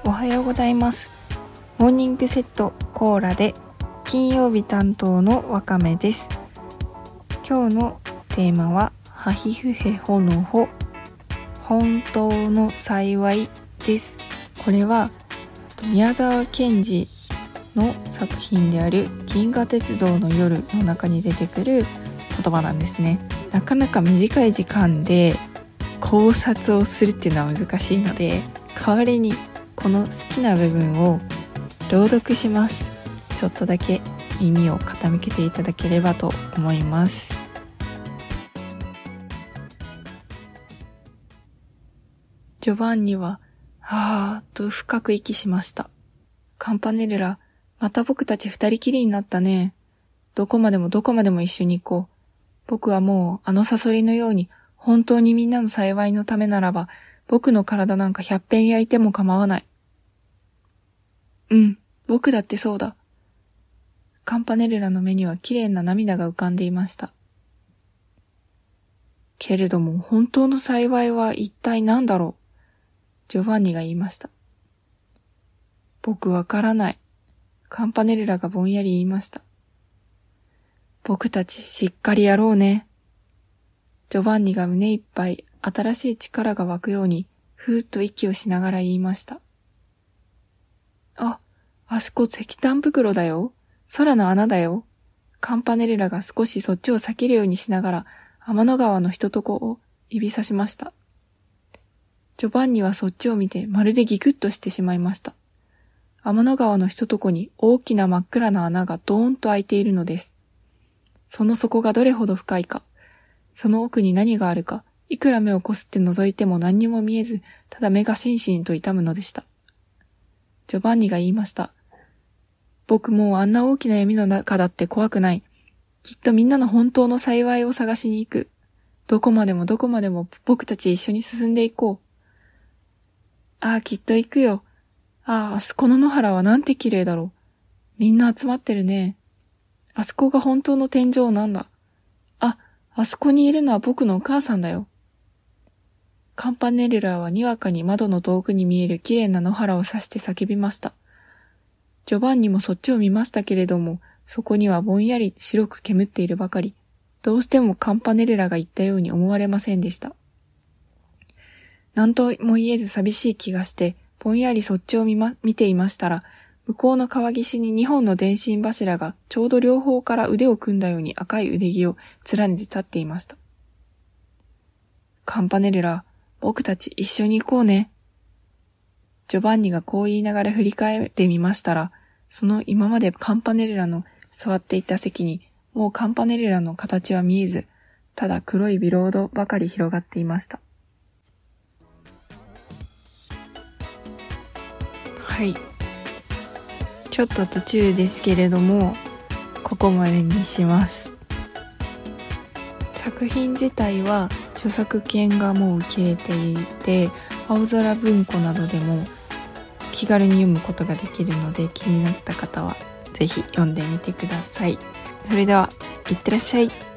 おはようございます。モーニングセットコーラで金曜日担当のわかめです。今日のテーマはハヒフヘホのホ、本当の幸いです。これは宮沢賢治の作品である銀河鉄道の夜の中に出てくる言葉なんですね。なかなか短い時間で考察をするっていうのは難しいので、代わりにこの好きな部分を朗読します。ちょっとだけ耳を傾けていただければと思います。ジョバンニははーっと深く息しました。カンパネルラ、また僕たち二人きりになったね。どこまでも一緒に行こう。僕はもうあのサソリのように本当にみんなの幸いのためならば、僕の体なんか100遍焼いても構わない。僕だってそうだ。カンパネルラの目には綺麗な涙が浮かんでいました。けれども本当の幸いは一体何だろう。ジョバンニが言いました。僕わからない。カンパネルラがぼんやり言いました。僕たちしっかりやろうね。ジョバンニが胸いっぱい新しい力が湧くようにふーっと息をしながら言いました。あそこ石炭袋だよ。空の穴だよ。カンパネルラが少しそっちを避けるようにしながら天の川の一とこを指さしました。ジョバンニはそっちを見てまるでギクッとしてしまいました。天の川の一とこに大きな真っ暗な穴がドーンと開いているのです。その底がどれほど深いか、その奥に何があるか、いくら目をこすって覗いても何にも見えず、ただ目がしんしんと痛むのでした。ジョバンニが言いました。僕もうあんな大きな闇の中だって怖くない。きっとみんなの本当の幸いを探しに行く。どこまでも僕たち一緒に進んでいこう。きっと行くよ。あそこの野原はなんて綺麗だろう。みんな集まってるね。あそこが本当の天井なんだ。あそこにいるのは僕のお母さんだよ。カンパネルラはにわかに窓の遠くに見える綺麗な野原を指して叫びました。ジョバンニもそっちを見ましたけれども、そこにはぼんやり白く煙っているばかり、どうしてもカンパネルラが言ったように思われませんでした。なんとも言えず寂しい気がして、ぼんやりそっちを見ていましたら、向こうの川岸に2本の電信柱がちょうど両方から腕を組んだように赤い腕木を連ねて立っていました。カンパネルラ、僕たち一緒に行こうね。ジョバンニがこう言いながら振り返ってみましたら、その今までカンパネルラの座っていた席に、もうカンパネルラの形は見えず、ただ黒いビロードばかり広がっていました。はい。ちょっと途中ですけれども、ここまでにします。作品自体は著作権がもう切れていて、青空文庫などでも気軽に読むことができるので、気になった方はぜひ読んでみてください。それでは、いってらっしゃい。